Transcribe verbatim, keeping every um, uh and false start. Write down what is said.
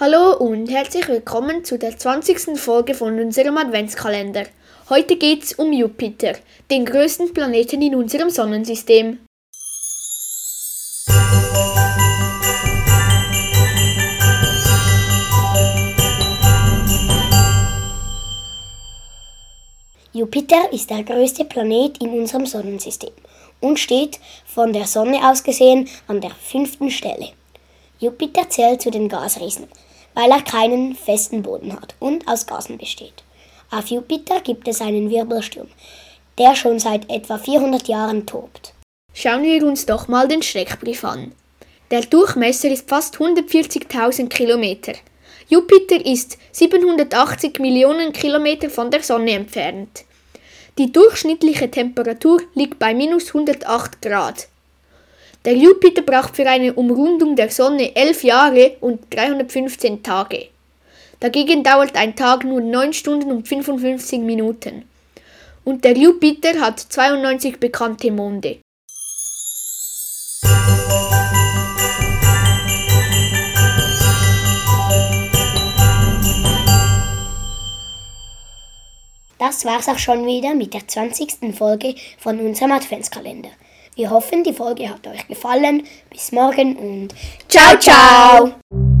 Hallo und herzlich willkommen zu der zwanzigsten Folge von unserem Adventskalender. Heute geht's um Jupiter, den größten Planeten in unserem Sonnensystem. Jupiter ist der größte Planet in unserem Sonnensystem und steht, von der Sonne aus gesehen, an der fünften Stelle. Jupiter zählt zu den Gasriesen, weil er keinen festen Boden hat und aus Gasen besteht. Auf Jupiter gibt es einen Wirbelsturm, der schon seit etwa vierhundert Jahren tobt. Schauen wir uns doch mal den Steckbrief an. Der Durchmesser ist fast hundertvierzigtausend Kilometer. Jupiter ist siebenhundertachtzig Millionen Kilometer von der Sonne entfernt. Die durchschnittliche Temperatur liegt bei minus hundertacht Grad. Der Jupiter braucht für eine Umrundung der Sonne elf Jahre und dreihundertfünfzehn Tage. Dagegen dauert ein Tag nur neun Stunden und fünfundfünfzig Minuten. Und der Jupiter hat zweiundneunzig bekannte Monde. Das war's auch schon wieder mit der zwanzigsten Folge von unserem Adventskalender. Wir hoffen, die Folge hat euch gefallen. Bis morgen und ciao, ciao!